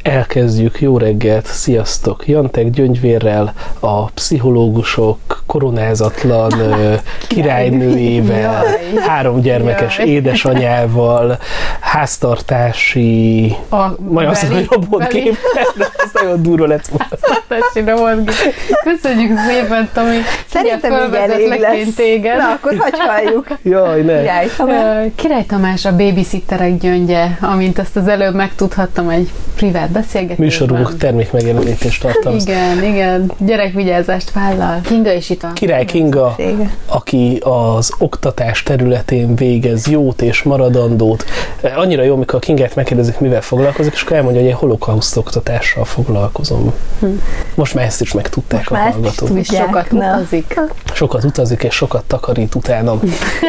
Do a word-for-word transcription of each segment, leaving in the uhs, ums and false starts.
Elkezdjük, jó reggelt, sziasztok! Jantek Gyöngyvérrel, a pszichológusok koronázatlan királynőjével, három gyermekes Jaj. édesanyával, háztartási... Majd azt mondom, hogy robotkép, ez nagyon durva lett volna. Háztartási robotkép. Köszönjük szépen, Tomi. Szerintem így elég lesz. Téged. Na, akkor hagyj halljuk. Jaj, ne. Király Tamás. Király Tamás a babysitterek gyöngye, amint azt az előbb megtudhattam egy privát beszélgetésben. Műsorunk termékmegjelenítést tartalmaz. Igen, igen. Gyerekvigyázást vállal. Kinga is itt a... Király Kinga, aki az oktatás területén végez jót és maradandót. Annyira jó, amikor a Kingát megkérdezik, mivel foglalkozik, és akkor elmondja, hogy én holokauszt oktatással foglalkozom. Hm. Most már ezt is megtudták Most a hallgatók. És sokat utazik. Sokat utazik, és sokat takarít utánam.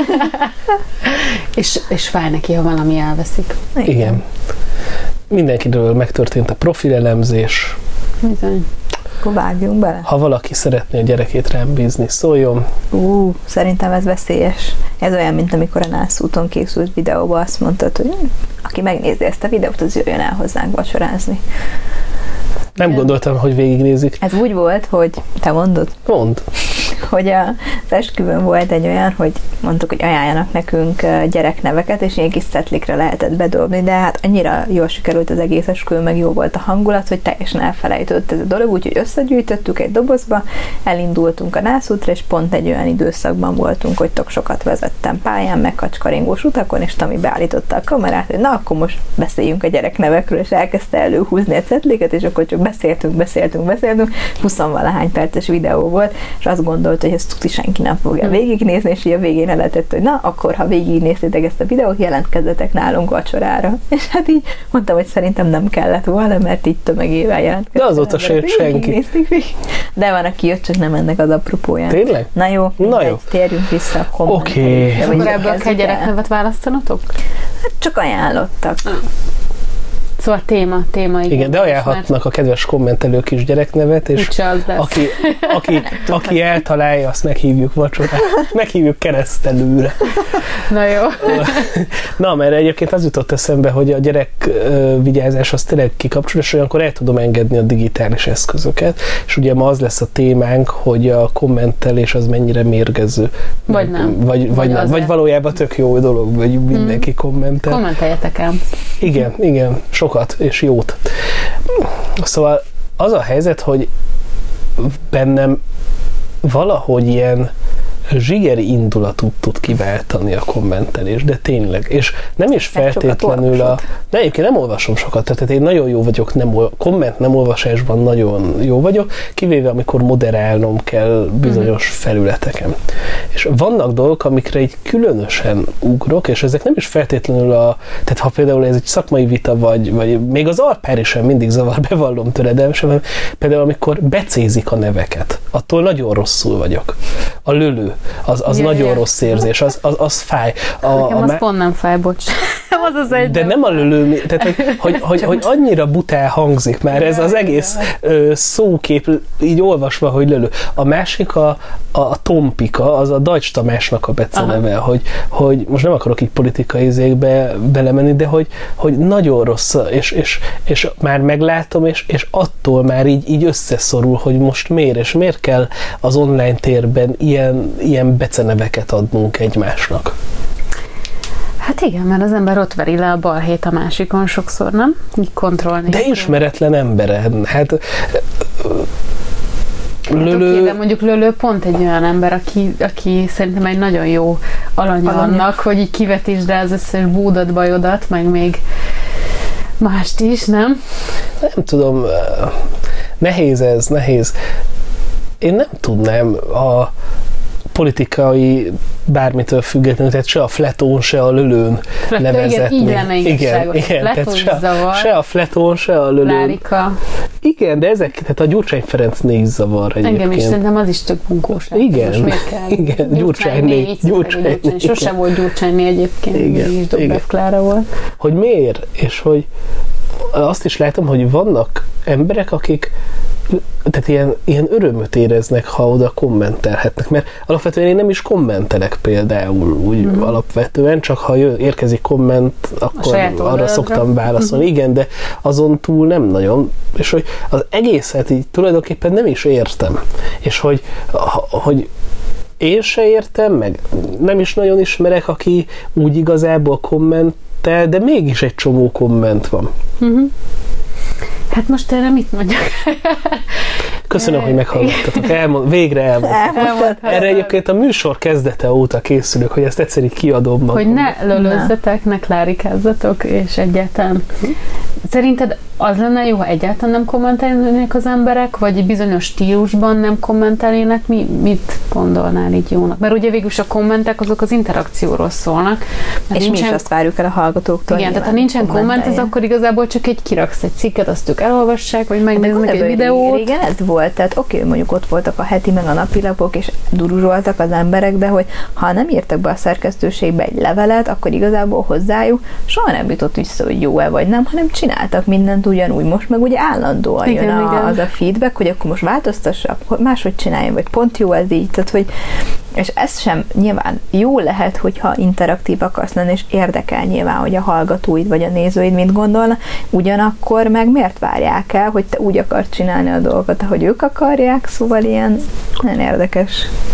és, és fáj neki, ha valami elveszik. Igen. Igen. Mindenkiről megtörtént a profilelemzés. Bizony. Akkor vágjunk bele. Ha valaki szeretné a gyerekét rám bízni, szóljon. Ú, szerintem ez veszélyes. Ez olyan, mint amikor a nászúton készült videóban azt mondtad, hogy aki megnézi ezt a videót, az jöjjön el hozzánk vacsorázni. Nem gondoltam, hogy végignézik. Ez úgy volt, hogy te mondod? Mond. Hogy az esküvőn volt egy olyan, hogy mondtuk, hogy ajánljanak nekünk gyerekneveket, és ilyen kis szetlikre lehetett bedobni, de hát annyira jól sikerült az egész esküvő, meg jó volt a hangulat, hogy teljesen elfelejtődött ez a dolog, úgyhogy összegyűjtöttük egy dobozba, elindultunk a nászútra, és pont egy olyan időszakban voltunk, hogy tök sokat vezettem pályán, meg kacskaringós utakon, és Tami beállította a kamerát, hogy na, akkor most beszéljünk a gyereknevekről, és elkezdte előhúzni a szetliket, és akkor csak beszéltünk, beszéltünk, beszéltünk, huszonvalahány perces videó volt, és azt gondolt, hogy ezt tuti senki nem fogja hmm. végignézni, és így a végén eletett, hogy na, akkor ha végignéztétek ezt a videót, jelentkezzetek nálunk vacsorára. És hát így mondtam, hogy szerintem nem kellett volna, mert így tömegével jelentkeztek. De azóta se jött senki. De van, aki jött, csak nem ennek az apropóján. Tényleg? Na jó, na jó. Térjünk vissza a kommentre. Oké. Okay. Akkor ebből kell gyereknevet választanotok? Hát csak ajánlottak. Ah. Szóval téma, téma. Igen, igen, de ajánlhatnak a kedves kommentelők is gyereknevet, és aki, aki, aki eltalálja, azt meghívjuk vacsorára, meghívjuk keresztelőre. Na jó. Na, mert egyébként az jutott eszembe, hogy a gyerekvigyázás az tényleg kikapcsol, és olyankor el tudom engedni a digitális eszközöket, és ugye ma az lesz a témánk, hogy a kommentelés az mennyire mérgező. Vagy nem. Vagy, vagy, vagy, nem. vagy valójában tök jó dolog, hogy mindenki hmm. kommentel. Kommenteljetek el. Igen, igen, sokat és jót. Szóval az a helyzet, hogy bennem valahogy ilyen zsigeri indulatot tud kiváltani a kommentelés, de tényleg. És nem is feltétlenül a... De egyébként nem olvasom sokat, tehát én nagyon jó vagyok, nem ol... komment nem olvasásban nagyon jó vagyok, kivéve amikor moderálnom kell bizonyos mm-hmm. felületeken. És vannak dolgok, amikre egy különösen ugrok, és ezek nem is feltétlenül a... Tehát ha például ez egy szakmai vita, vagy, vagy még az alpári sem mindig zavar, bevallom töredelmesen, például amikor becézik a neveket, attól nagyon rosszul vagyok. A lölő. Az, az yeah, nagyon yeah. rossz érzés, az, az, az fáj. A, Nekem a az má... pont nem fáj, bocs. az az egy De nem a lölő, tehát hogy, hogy, hogy, hogy annyira butál hangzik már ez az egész ö, szókép, így olvasva, hogy lölő. A másik a, a, a Tompika, az a Deutsch Tamásnak a beceneve, hogy, hogy most nem akarok így politikai izékbe belemenni, de hogy, hogy nagyon rossz, és, és, és már meglátom, és, és attól már így, így összeszorul, hogy most miért, és miért kell az online térben ilyen, ilyen beceneveket adnunk egymásnak. Hát igen, mert az ember ott veri le a balhét a másikon sokszor, nem? Így kontrollni. De ismeretlen emberen. Hát... Lölő... Okay, de mondjuk Lölő pont egy olyan ember, aki, aki szerintem egy nagyon jó alanya, alanya annak, hogy így kivetítsd rá az összes búdat, bajodat, meg még mást is, nem? Nem tudom. Nehéz ez, nehéz. Én nem tudnám a politikai bármitől függetlenül, tehát se a fletón, se a lölőn Fletó, nevezetni. Igen, így lenne igazságos. Igen, igen, tehát se, zavar, se a fletón, se a lölőn. Lárika. Igen, de ezek, tehát a Gyurcsány Ferencné is zavar egyébként. Engem is szerintem az is tök bunkóság. Igen, igen, Gyurcsányné. Gyurcsányné. Sose volt Gyurcsányné egyébként, igen, is Dobrev Klára volt. Hogy miért? És hogy azt is látom, hogy vannak emberek, akik tehát ilyen, ilyen örömöt éreznek, ha oda kommentelhetnek, mert alapvetően én nem is kommentelek például úgy mm. alapvetően, csak ha jö, érkezik komment, akkor arra szoktam válaszolni. Mm-hmm. Igen, de azon túl nem nagyon, és hogy az egészet így tulajdonképpen nem is értem. És hogy, hogy én se értem, meg nem is nagyon ismerek, aki úgy igazából kommentel, de mégis egy csomó komment van. Mm-hmm. Hát most erre mit mondjak? Köszönöm, hogy meghallgattatok. Elmond, végre elmondtam. Erre egyébként a műsor kezdete óta készülök, hogy ezt egyszer így kiadom magam. Hogy ne lölözzetek, ne klárikázzatok, és egyáltalán. Szerinted az lenne jó, ha egyáltalán nem kommentelnének az emberek, vagy bizonyos stílusban nem kommentelnének? Mi, mit gondolnál így jónak? Mert ugye végülis a kommentek azok az interakcióról szólnak. És nincsen... mi is azt várjuk el a hallgatóktól. Igen, tehát ha nincsen komment, ez akkor igazából csak egy kiraksz egy cikket, azt ők elolvassák, vagy megnéznek egy videót. Régen ez volt, tehát oké, okay, mondjuk ott voltak a heti meg a napilapok, és duruzsoltak az emberek, de hogy ha nem írtak be a szerkesztőségbe egy levelet, akkor igazából hozzájuk soha nem jutott vissza, hogy jó-e vagy nem, hanem csináltak mindent ugyanúgy. Most meg ugye állandóan igen, jön a, igen. az a feedback, hogy akkor most változtassak, máshogy csináljam, vagy pont jó ez így, tehát hogy és ez sem nyilván jó lehet, hogyha interaktív akarsz lenni, és érdekel nyilván, hogy a hallgatóid vagy a nézőid mit gondolna, ugyanakkor meg miért várják el, hogy te úgy akarsz csinálni a dolgot, ahogy ők akarják, szóval ilyen nagyon érdekes.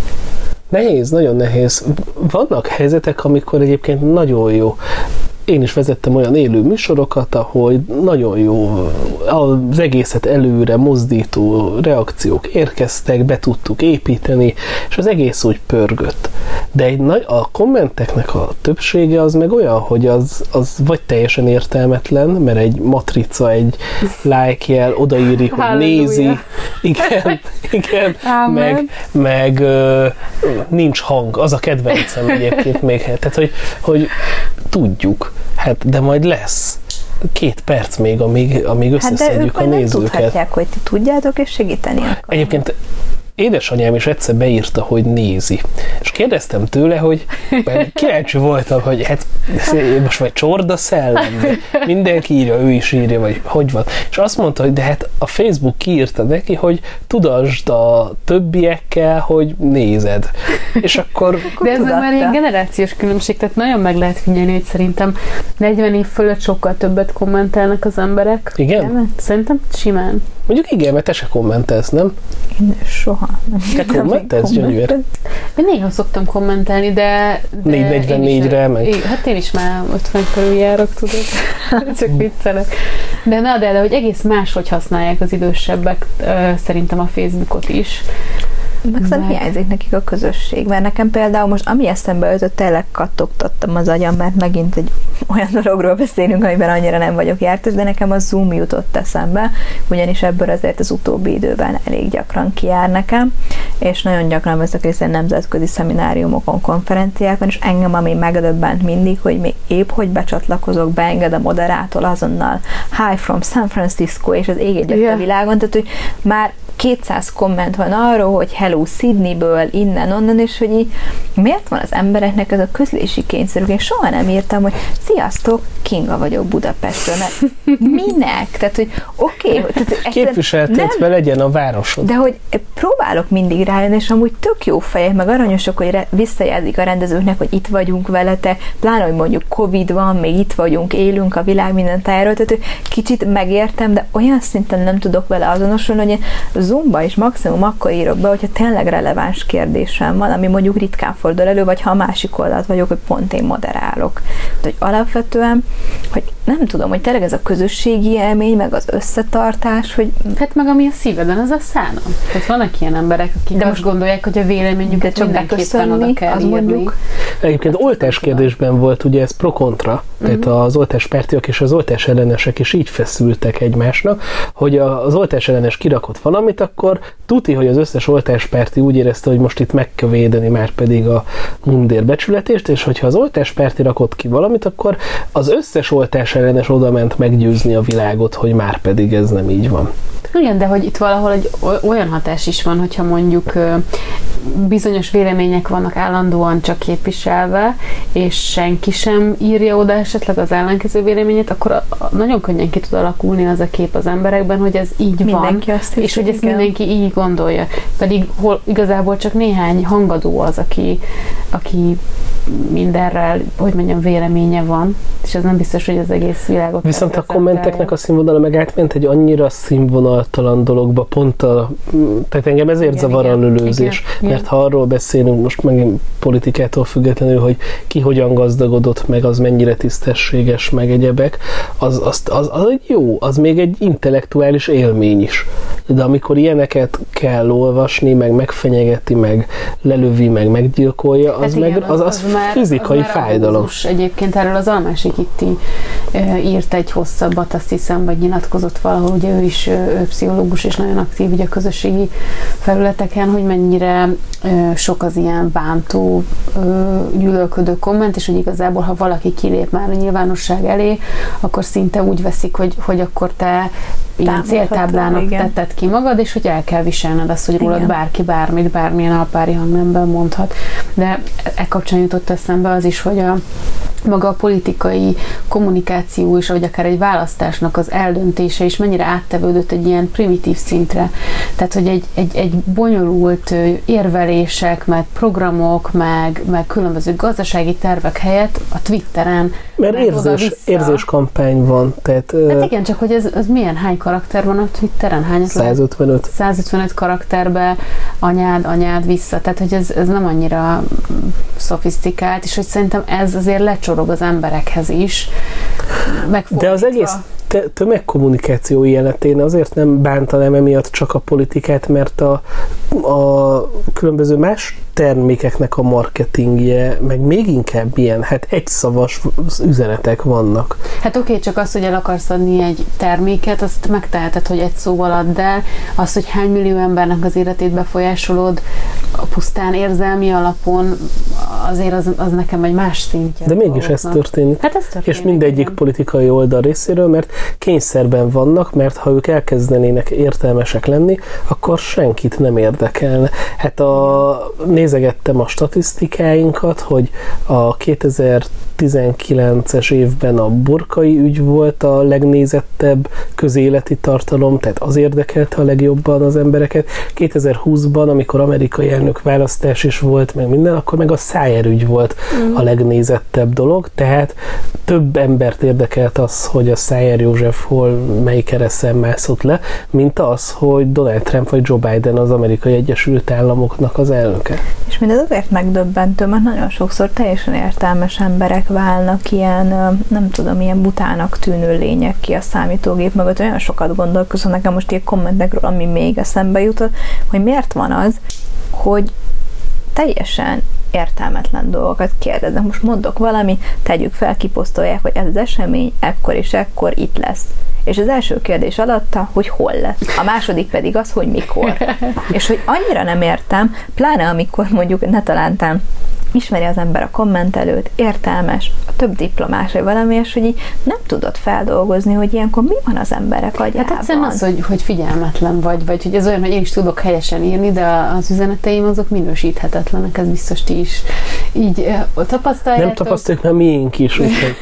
Nehéz, nagyon nehéz. Vannak helyzetek, amikor egyébként nagyon jó. Én is vezettem olyan élő műsorokat, ahol nagyon jó az egészet előre mozdító reakciók érkeztek, be tudtuk építeni, és az egész úgy pörgött. De egy nagy, a kommenteknek a többsége az meg olyan, hogy az, az vagy teljesen értelmetlen, mert egy matrica, egy like jel odaíri, hogy Halleluja. Nézi. Igen, igen. meg, meg uh, nincs hang. Az a kedvencem egyébként még. Tehát, hogy, hogy tudjuk, hát, de majd lesz. Két perc még, amíg, amíg összeszedjük hát a nézőket. Nem tudhatják, hogy ti tudjátok, és segíteni akarnak. Egyébként édesanyám is egyszer beírta, hogy nézi. És kérdeztem tőle, hogy kíváncsi voltam, hogy hát most vagy csorda szellem, mindenki írja, ő is írja, vagy hogy van. És azt mondta, hogy de hát a Facebook kiírta neki, hogy tudasd a többiekkel, hogy nézed. És akkor... De ez már ilyen generációs különbség, tehát nagyon meg lehet figyelni, hogy szerintem negyven év fölött sokkal többet kommentelnek az emberek. Igen? Szerintem simán. Mondjuk igen, mert te se kommentelsz, nem? Én soha nem. Te kommentelsz, Gyöngyvér? Én néha szoktam kommentelni, de... de négy negyvennégyre meg. Én, hát én is már ötven körül járok, tudod. Csak viccelek. De na, de, de hogy egész máshogy használják az idősebbek szerintem a Facebookot is. Meg szerintem hiányzik nekik a közösség, mert nekem például most ami eszembe jutott, tényleg kattogtattam az agyam, mert megint egy olyan dologról beszélünk, amiben annyira nem vagyok jártas, de nekem a Zoom jutott eszembe, ugyanis ebből azért az utóbbi időben elég gyakran kijár nekem, és nagyon gyakran veszek részt nemzetközi szemináriumokon, konferenciákon, és engem ami megdöbbent mindig, hogy még épp hogy becsatlakozok, beenged a moderátor azonnal Hi from San Francisco, és az ég egyet yeah. a világon, tehát hogy már kétszáz komment van arról, hogy hello Sydneyből, innen, onnan, és hogy így miért van az embereknek ez a közlési kényszerük? Én soha nem írtam, hogy sziasztok, Kinga vagyok Budapestről, mert minek? Tehát, hogy oké, okay, képviseltetve legyen a városod. De hogy próbálok mindig rájönni, és amúgy tök jó fejek, meg aranyosok, hogy re- visszajelzik a rendezőknek, hogy itt vagyunk veletek, pláne, hogy mondjuk Covid van, még itt vagyunk, élünk a világ minden tájáról, tehát kicsit megértem, de olyan szinten nem tudok vele azonosulni, hogy én Zoomba is maximum akkor írok be, hogyha tényleg releváns kérdésem van, ami mondjuk ritkán fordul elő, vagy ha a másik oldalt vagyok, hogy pont én moderálok. Tehát, hogy alapvetően, hogy nem tudom, hogy tényleg ez a közösségi élmény, meg az összetartás, hogy... Hát meg ami a szíveden, az a szánom. Tehát vannak ilyen emberek, akik de most gondolják, hogy a véleményüket csak mindenképpen oda kell írni. Mondjuk. Egyébként oltás kérdésben volt ugye ez pro-kontra, uh-huh. tehát az oltáspártiak és az oltás ellenesek is így feszültek egymásnak, hogy az oltás ellenes kirakott valamit, akkor tuti, hogy az összes oltáspárti úgy érezte, hogy most itt meg kell védeni már pedig a mundér becsületést, és hogyha az oltáspárti rakott ki valamit, akkor az összes oltás ellenes oda ment meggyőzni a világot, hogy már pedig ez nem így van. Igen, de hogy itt valahol egy olyan hatás is van, hogyha mondjuk bizonyos vélemények vannak állandóan csak képviselve, és senki sem írja oda esetleg az ellenkező véleményét, akkor nagyon könnyen ki tud alakulni az a kép az emberekben, hogy ez így mindenki van, azt és hogy ezt mindenki így gondolja. Pedig hol igazából csak néhány hangadó az, aki, aki mindenrel, hogy mondjam, véleménye van, és ez nem biztos, hogy az egész világot... Viszont a kommenteknek a színvonala meg átment egy annyira színvonaltalan dologba, pont a... Tehát engem ezért igen, zavar a lölőzés, igen, mert igen. Ha arról beszélünk, most megint politikától függetlenül, hogy ki hogyan gazdagodott meg, az mennyire tisztességes, meg egyebek, az, az, az, az egy jó, az még egy intellektuális élmény is. De amikor ilyeneket kell olvasni, meg megfenyegeti, meg lelövi, meg meggyilkolja, az, hát igen, meg, az, az, az, az már, fizikai az fájdalom. Abúzus. Egyébként erről az Almási Kitti e, írt egy hosszabbat, azt hiszem, vagy nyilatkozott valahol, ugye ő is ő pszichológus, és nagyon aktív ugye a közösségi felületeken, hogy mennyire e, sok az ilyen bántó, e, gyűlölködő komment, és hogy igazából, ha valaki kilép már a nyilvánosság elé, akkor szinte úgy veszik, hogy, hogy akkor te ilyen céltáblának tetted ki magad, és hogy el kell viselned azt, hogy rólad igen. bárki bármit, bármilyen alpári hangnemben mondhat. De e kapcsán jutott eszembe az is, hogy a maga a politikai kommunikáció is, vagy akár egy választásnak az eldöntése is mennyire áttevődött egy ilyen primitív szintre. Tehát, hogy egy, egy, egy bonyolult érvelések, meg programok, meg, meg különböző gazdasági tervek helyett a Twitteren mert érzés, érzéskampány van. Tehát, hát igen, csak hogy ez, ez milyen, hány karakter van a Twitteren? Hány százötvenöt. százötvenöt karakterbe anyád, anyád vissza. Tehát, hogy ez, ez nem annyira szofisztikált, és hogy szerintem ez azért lecsorog az emberekhez is. De az egész tömegkommunikáció életén azért nem bántanám emiatt csak a politikát, mert a, a különböző más termékeknek a marketingje, meg még inkább ilyen, hát egyszavas üzenetek vannak. Hát oké, okay, csak az, hogy el akarsz adni egy terméket, azt megteheted, hogy egy szóval add el. Az, hogy hány millió embernek az életét befolyásolod, pusztán érzelmi alapon, azért az, az nekem egy más szintje. De mégis ez történik. Hát ez történik. És mindegyik igen. politikai oldal részéről, mert kényszerben vannak, mert ha ők elkezdenének értelmesek lenni, akkor senkit nem érdekelne. Hát a, nézegettem a statisztikáinkat, hogy a kétezer-tizenkilences évben a burkai ügy volt a legnézettebb közéleti tartalom, tehát az érdekelte a legjobban az embereket. kétezer-húszban, amikor amerikai elnök választás is volt, meg minden, akkor meg a Szájer ügy volt mm. a legnézettebb dolog, tehát több embert érdekelt az, hogy a Szájer József hol, melyik kereszen mászott le, mint az, hogy Donald Trump vagy Joe Biden az Amerikai Egyesült Államoknak az elnöke. És mindez azért megdöbbentő, mert nagyon sokszor teljesen értelmes emberek válnak ilyen, nem tudom, ilyen butának tűnő lények ki a számítógép mögött. Olyan sokat gondolkozom nekem most ilyen kommentekről, ami még eszembe jutott, hogy miért van az, hogy teljesen értelmetlen dolgokat kérdeznek. Most mondok valami, tegyük fel, kiposztolják, hogy ez az esemény ekkor és ekkor itt lesz. És az első kérdés alatta, hogy hol lesz. A második pedig az, hogy mikor. És hogy annyira nem értem, pláne amikor mondjuk ne talántán ismeri az ember a kommentelőt, értelmes, a több diplomás, vagy valami, és hogy így nem tudod feldolgozni, hogy ilyenkor mi van az emberek agyában. Hát egyszerűen az, hogy, hogy figyelmetlen vagy, vagy hogy ez olyan, hogy én is tudok helyesen írni, de az üzeneteim azok minősíthetetlenek, ez biztos ti is így tapasztaljátok. Nem tapasztaljuk, mert miénk is.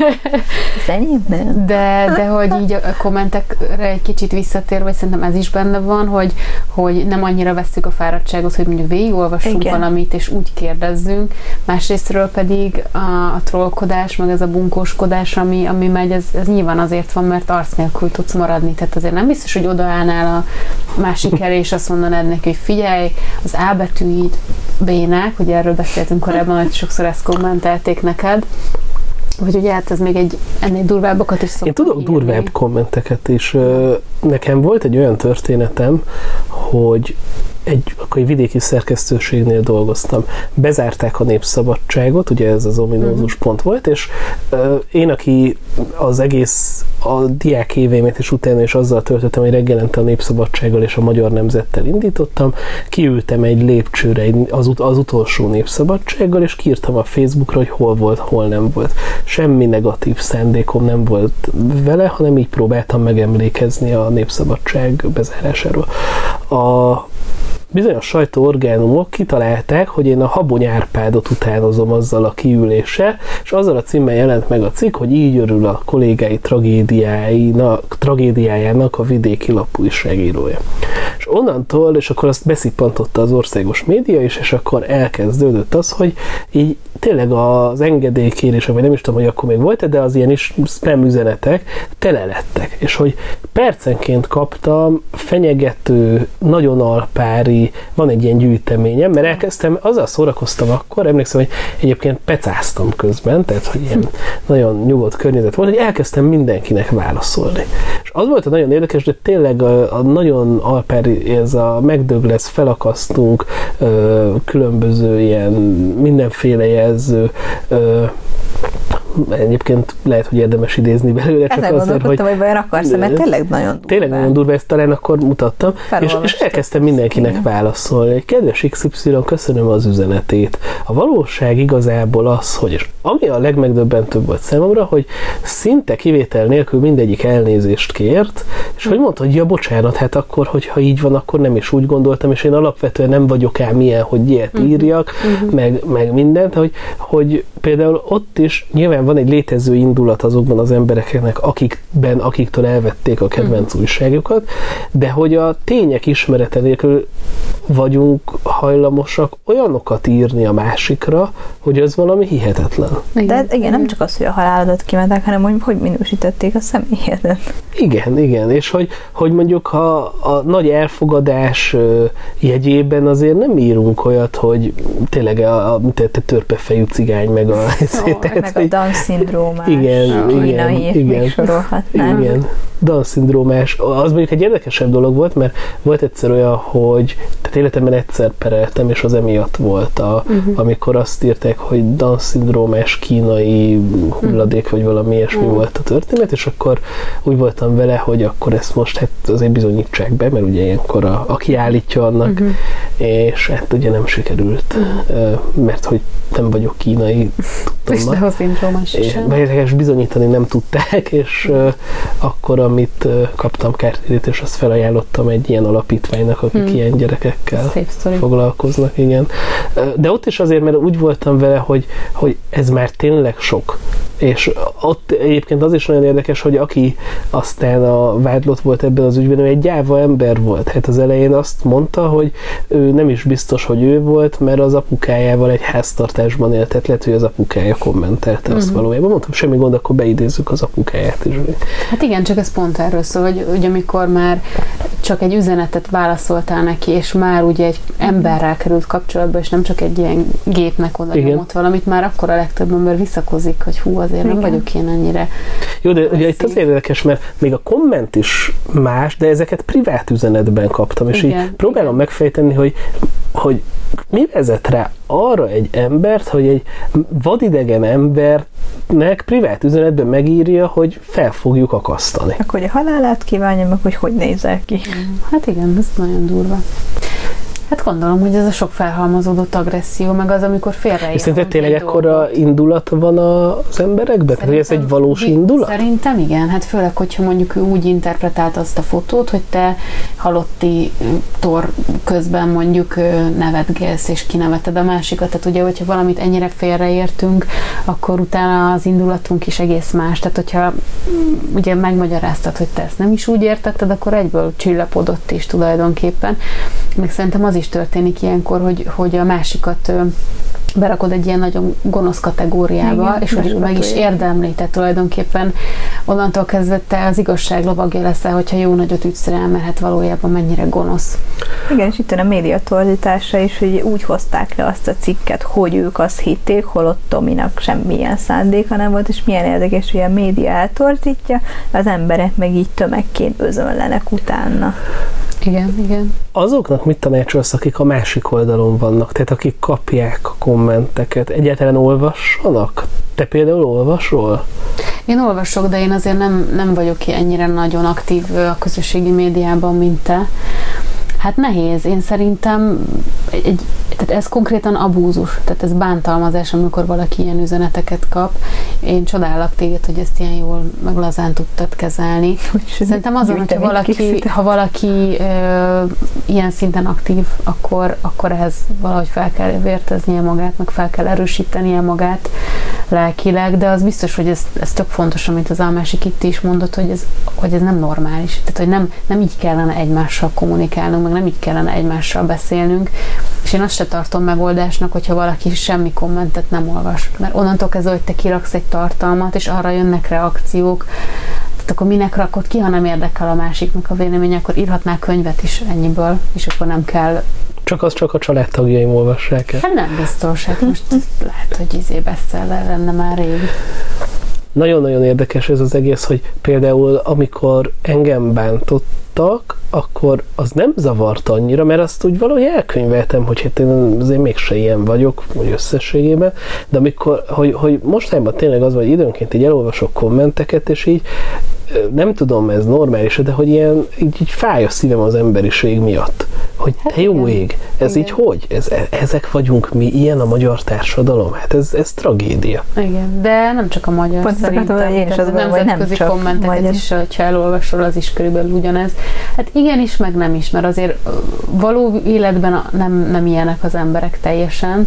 de, de hogy így a kommentekre egy kicsit visszatér, vagy szerintem ez is benne van, hogy, hogy nem annyira vesszük a fáradtságot, hogy mondjuk végigolvassunk igen. valamit, és úgy kérdezzünk. Másrésztről pedig a, a trollkodás, meg ez a bunkóskodás, ami, ami megy, ez, ez nyilván azért van, mert arc nélkül tudsz maradni. Tehát azért nem biztos, hogy odaállnál a másik elé, és azt mondanád neki, hogy figyelj, az A betűid bénák, ugye erről beszéltünk korábban, hogy sokszor ezt kommentelték neked, vagy ugye hát ez még egy ennél durvábbakat is szoktam Én tudok írni. Durvább kommenteket is. Nekem volt egy olyan történetem, hogy egy, akkor egy vidéki szerkesztőségnél dolgoztam. Bezárták a Népszabadságot, ugye ez az ominózus uh-huh. pont volt, és uh, én, aki az egész a diák éveimet is utána és azzal töltöttem, hogy reggelente a Népszabadsággal és a Magyar Nemzettel indítottam, kiültem egy lépcsőre az, ut- az utolsó Népszabadsággal, és kiírtam a Facebookra, hogy hol volt, hol nem volt. Semmi negatív szándékom nem volt vele, hanem így próbáltam megemlékezni a Népszabadság bezárásáról. A bizonyos sajtóorgánumok kitalálták, hogy én a Habony Árpádot utánozom azzal a kiüléssel, és azzal a címmel jelent meg a cikk, hogy így örül a kollégái tragédiájának, tragédiájának a vidéki lapújságírója. És onnantól, és akkor azt beszippantotta az országos média is, és akkor elkezdődött az, hogy így tényleg az engedélykérése, vagy nem is tudom, hogy akkor még volt, de az ilyen is spam üzenetek tele lettek. És hogy percenként kaptam fenyegető, nagyon alpári, van egy ilyen gyűjteményem, mert elkezdtem, azzal szórakoztam akkor, emlékszem, hogy egyébként pecáztam közben, tehát hogy ilyen nagyon nyugodt környezet volt, hogy elkezdtem mindenkinek válaszolni. És az volt a nagyon érdekes, de tényleg a, a nagyon alpári, ez a megdöglesz, felakasztunk, ö, különböző ilyen mindenféle jelző, ö, egyébként lehet, hogy érdemes idézni belőle, csak Ezen azért, hogy... hogy vajon akarsz, mert tényleg nagyon durva. Tényleg nagyon durva, ezt talán akkor mutattam, és, és elkezdtem mindenkinek igen. válaszolni. Kedves iksz ipszilon, köszönöm az üzenetét. A valóság igazából az, hogy, és ami a legmegdöbbentőbb volt számomra, hogy szinte kivétel nélkül mindegyik elnézést kért, és hogy mondta, hogy ja, bocsánat, hát akkor, hogyha így van, akkor nem is úgy gondoltam, és én alapvetően nem vagyok ám ilyen, hogy ilyet írjak, uh-huh. meg, meg mindent, hogy, hogy például ott is nyilván van egy létező indulat azokban az embereknek, akikben, akiktől elvették a kedvenc újságjukat, de hogy a tények ismerete nélkül vagyunk hajlamosak olyanokat írni a másikra, hogy az valami hihetetlen. De igen, nem csak az, hogy a halálodat kimentek, hanem hogy hogy minősítették a személyedet. Igen, igen, és hogy, hogy mondjuk ha a nagy elfogadás jegyében azért nem írunk olyat, hogy tényleg a, a, a törpefejű cigány, meg a... Oh, meg a Down-szindrómás, igen, kínai, igen, igen, még sorolhatnám. Igen, Down-szindrómás. Az mondjuk egy érdekesebb dolog volt, mert volt egyszer olyan, hogy tehát életemben egyszer pereltem, és az emiatt volt, a, uh-huh. amikor azt írták, hogy Down-szindrómás kínai hulladék, vagy valami ilyesmi uh-huh. volt a történet, és akkor úgy voltam vele, hogy akkor ezt most hát azért bizonyítsák be, mert ugye ilyenkor a, aki állítja annak, uh-huh. és hát ugye nem sikerült, uh-huh. mert hogy nem vagyok kínai, és Down-szindrómás sem. Érdekes, bizonyítani nem tudták, és uh, akkor, amit uh, kaptam kártérítés, azt felajánlottam egy ilyen alapítványnak, akik hmm. ilyen gyerekekkel foglalkoznak, igen. Uh, de ott is azért, mert úgy voltam vele, hogy, hogy ez már tényleg sok. És ott egyébként az is nagyon érdekes, hogy aki aztán a vádlott volt ebben az ügyben, ő egy gyáva ember volt. Hát az elején azt mondta, hogy ő nem is biztos, hogy ő volt, mert az apukájával egy háztartásban élt, tehát lehet, hogy az apukája kommentelte uh-huh. azt valójában. Mondtam, semmi gond, akkor beidézzük az apukáját is. Hát igen, csak ez pont erről szól, hogy, hogy amikor már csak egy üzenetet válaszoltál neki, és már ugye egy emberrel került kapcsolatba, és nem csak egy ilyen gépnek oda nyomott valamit, már akkor a legtöbb ember visszakozik, hogy hú, azért igen. nem vagyok én ennyire. Jó, de ugye itt az érdekes, mert még a komment is más, de ezeket privát üzenetben kaptam, és igen. így próbálom igen. megfejteni, hogy, hogy mi vezet rá arra egy embert, hogy egy vadidegen embernek privát üzenetben megírja, hogy fel fogjuk akasztani. Akkor, hogy a halálát kívánja, meg hogy hogy nézel ki. Hát igen, ez nagyon durva. Hát gondolom, hogy ez a sok felhalmozódott agresszió, meg az, amikor félreértünk. És szerinted tényleg ekkora indulat van az emberekben? Tehát, hogy ez egy valós indulat? Szerintem igen. Hát főleg, hogyha mondjuk ő úgy interpretált azt a fotót, hogy te halotti tor közben mondjuk nevetgélsz, és kineveted a másikat. Tehát ugye, hogyha valamit ennyire félreértünk, akkor utána az indulatunk is egész más. Tehát, hogyha ugye megmagyaráztad, hogy te ezt nem is úgy értetted, akkor egyből csillapodott is tulajdonképpen. Meg szerintem az is történik ilyenkor, hogy, hogy a másikat berakod egy ilyen nagyon gonosz kategóriába, igen, és hogy meg is érdemli, tehát tulajdonképpen onnantól kezdve te az igazság lovagja leszel, hogyha jó nagyot ütsz rá, mert hát valójában mennyire gonosz. Igen, és itt a média torzítása is, hogy úgy hozták le azt a cikket, hogy ők azt hitték, holott Tominak semmilyen szándéka nem volt, és milyen érdekes, hogy a média eltorzítja, az emberek meg így tömegként özönlenek utána. Igen, igen. Azoknak mit tanácsolsz, akik a másik oldalon vannak, tehát akik kapják a kommenteket, egyáltalán olvassanak? Te például olvasol? Én olvasok, de én azért nem, nem vagyok ennyire nagyon aktív a közösségi médiában, mint te. Hát nehéz. Én szerintem egy, tehát ez konkrétan abúzus, tehát ez bántalmazás, amikor valaki ilyen üzeneteket kap. Én csodálok téged, hogy ezt ilyen jól, meg lazán tudtad kezelni. Szerintem azon, hogyha valaki, ha valaki ö, ilyen szinten aktív, akkor, akkor ehhez valahogy fel kell vérteznie magát, meg fel kell erősítenie magát lelkileg, de az biztos, hogy ez, ez tök fontos, amit az Almásik itt is mondott, hogy ez, hogy ez nem normális. Tehát, hogy nem, nem így kellene egymással kommunikálnunk, meg nem így kellene egymással beszélnünk, és én azt se tartom megoldásnak, hogyha valaki semmi kommentet nem olvas. Mert onnantól kezdve, hogy te kiraksz egy tartalmat, és arra jönnek reakciók, tehát akkor minek rakod ki, ha nem érdekel a másiknak a véleménye, akkor írhatnál könyvet is ennyiből, és akkor nem kell. Csak az csak a családtagjaim olvassák el. Hát nem biztos, hát most lehet, hogy izé bestseller lenne már rég. Nagyon-nagyon érdekes ez az egész, hogy például amikor engem bántottak, akkor az nem zavart annyira, mert azt úgy valahogy elkönyveltem, hogy hát én azért mégse ilyen vagyok, úgy összességében, de amikor, hogy, hogy mostanában tényleg az, hogy időnként így elolvasok kommenteket, és így nem tudom, ez normális, de hogy ilyen, így, így fáj a szívem az emberiség miatt. Hogy hát te jó igen. ég, ez Igen. így hogy? Ez, ezek vagyunk mi, ilyen a magyar társadalom? Hát ez, ez tragédia. Igen, de nem csak a magyar, Pont szerintem. Akartam, én is a nemzetközi nem kommenteket magyar. is, ha elolvasol, az is körülbelül ugyanez. Hát igenis, meg nem is, mert azért való életben nem, nem ilyenek az emberek teljesen.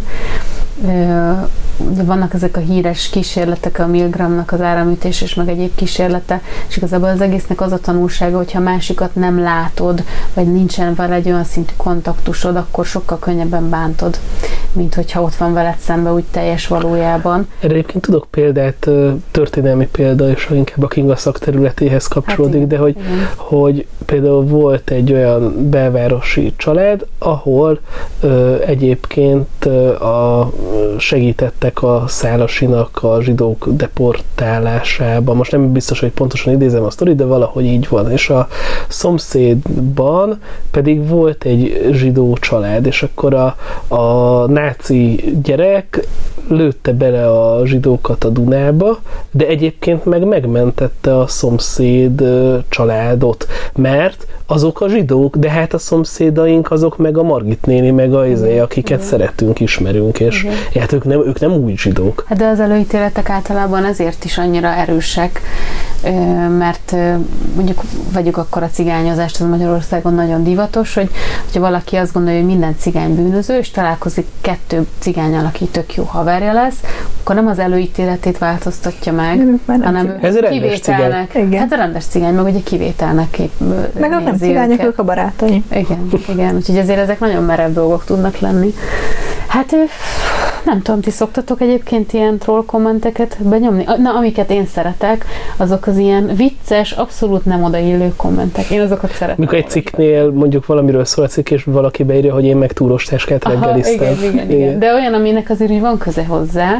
Vannak ezek a híres kísérletek, a Milgramnak az áramütés és meg egyéb kísérlete, és igazából az egésznek az a tanulsága, hogyha másikat nem látod, vagy nincsen vele egy olyan szintű kontaktusod, akkor sokkal könnyebben bántod, mint hogyha ott van veled szembe úgy teljes valójában. Erre egyébként tudok példát, történelmi példa, és inkább a Kinga szakterületéhez kapcsolódik, hát de hogy, hogy például volt egy olyan belvárosi család, ahol ö, egyébként ö, a, segítettek a Szálasinak a zsidók deportálásában. Most nem biztos, hogy pontosan idézem a sztorit, de valahogy így van. És a szomszédban pedig volt egy zsidó család, és akkor a, a náci gyerek lőtte bele a zsidókat a Dunába, de egyébként meg megmentette a szomszéd családot, mert azok a zsidók, de hát a szomszédaink azok meg a Margit néni, meg a izé, akiket igen. szeretünk, ismerünk, és igen. hát ők nem, ők nem úgy zsidók. Hát de az előítéletek általában ezért is annyira erősek, mert mondjuk vegyük akkor a cigányozást, az Magyarországon nagyon divatos, hogy hogyha valaki azt gondolja, hogy minden cigány bűnöző, és találkozik kettő cigánnyal, aki tök jó haverja lesz, akkor nem az előítéletét változtatja meg, nem, hanem ez kivételnek. Hát a rendes cigány, meg ugye kivételnek kép, meg a nem cigányok, ők a barátaim. Igen, igen, úgyhogy ezért ezek nagyon merev dolgok tudnak lenni. Hát nem tudom, ti szoktatok egyébként ilyen troll kommenteket benyomni? Na, amiket én szeretek, azok az ilyen vicces, abszolút nem odaillő kommentek. Én azokat szeretem. Mikor egy cikknél mondjuk valamiről szól a cikk, és valaki beírja, hogy én meg túrós táskát reggeliztem. Igen, igen, igen, igen. De olyan, aminek azért úgy van köze hozzá,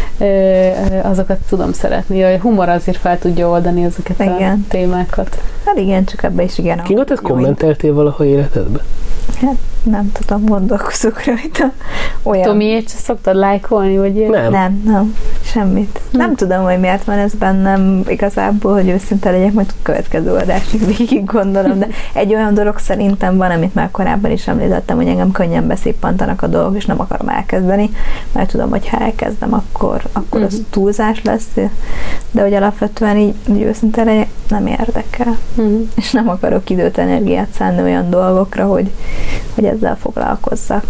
azokat tudom szeretni. A humor azért fel tudja oldani ezeket igen. a témákat. Hát igen, csak ebbe is igen. Kinga, te kommenteltél valaha életedbe? Hát nem tudom, gondolkozok rajta. Olyan... Tomiét se szoktad lájkolni, vagy ilyen? Nem. Nem, nem, semmit. Hm. Nem tudom, hogy miért van ez bennem igazából, hogy őszinte legyek, majd következő adásig végig gondolom, de egy olyan dolog szerintem van, amit már korábban is említettem, hogy engem könnyen beszippantanak a dolgok, és nem akarom elkezdeni, mert tudom, hogy ha elkezdem, akkor, akkor uh-huh. az túlzás lesz, de hogy alapvetően így, így őszinte legyek, nem érdekel. Uh-huh. És nem akarok időt, energiát szánni olyan dolgokra, hogy, hogy ezzel foglalkozzak.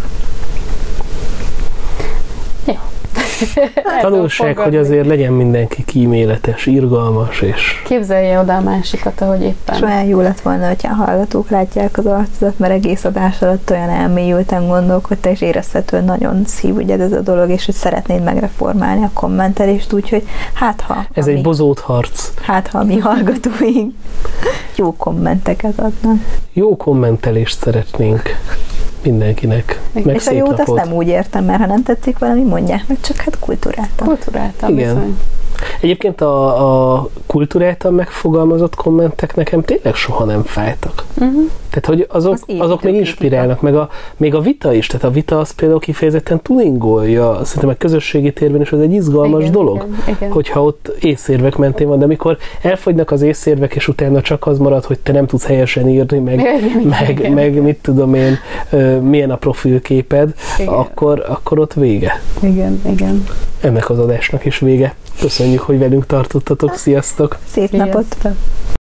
Jó. Tanulság, hogy azért legyen mindenki kíméletes, irgalmas, és... Képzelje oda a másikat, ahogy éppen. És olyan jó lett volna, hogyha a hallgatók látják az arcodat, mert egész adás alatt olyan elmélyülten gondolkodtál, és érezhetően nagyon szívügyed ez a dolog, és hogy szeretnéd megreformálni a kommentelést, úgyhogy hát ha... Ez egy bozót harc. Hát ha a mi hallgatóink jó kommenteket adnak. Jó kommentelést szeretnénk mindenkinek. Meg és a jót azt nem úgy értem, mert ha nem tetszik valami, mondják meg, csak hát kulturáltan. Kulturáltan, igen. Bizony. Egyébként a, a kulturáltan megfogalmazott kommentek nekem tényleg soha nem fájtak. Uh-huh. Tehát, hogy azok, Az azok még inspirálnak, meg a, még a vita is, tehát a vita az például kifejezetten tuningolja, szerintem a közösségi térben is az egy izgalmas igen, dolog, igen, igen. hogyha ott észérvek mentén van, de amikor elfogynak az észérvek, és utána csak az marad, hogy te nem tudsz helyesen írni, meg, igen, meg, igen. meg mit tudom én, milyen a profilképed, akkor, akkor ott vége. Igen, igen. Ennek az adásnak is vége. Köszönjük, hogy velünk tartottatok. Sziasztok! Szép napot! Sziasztok.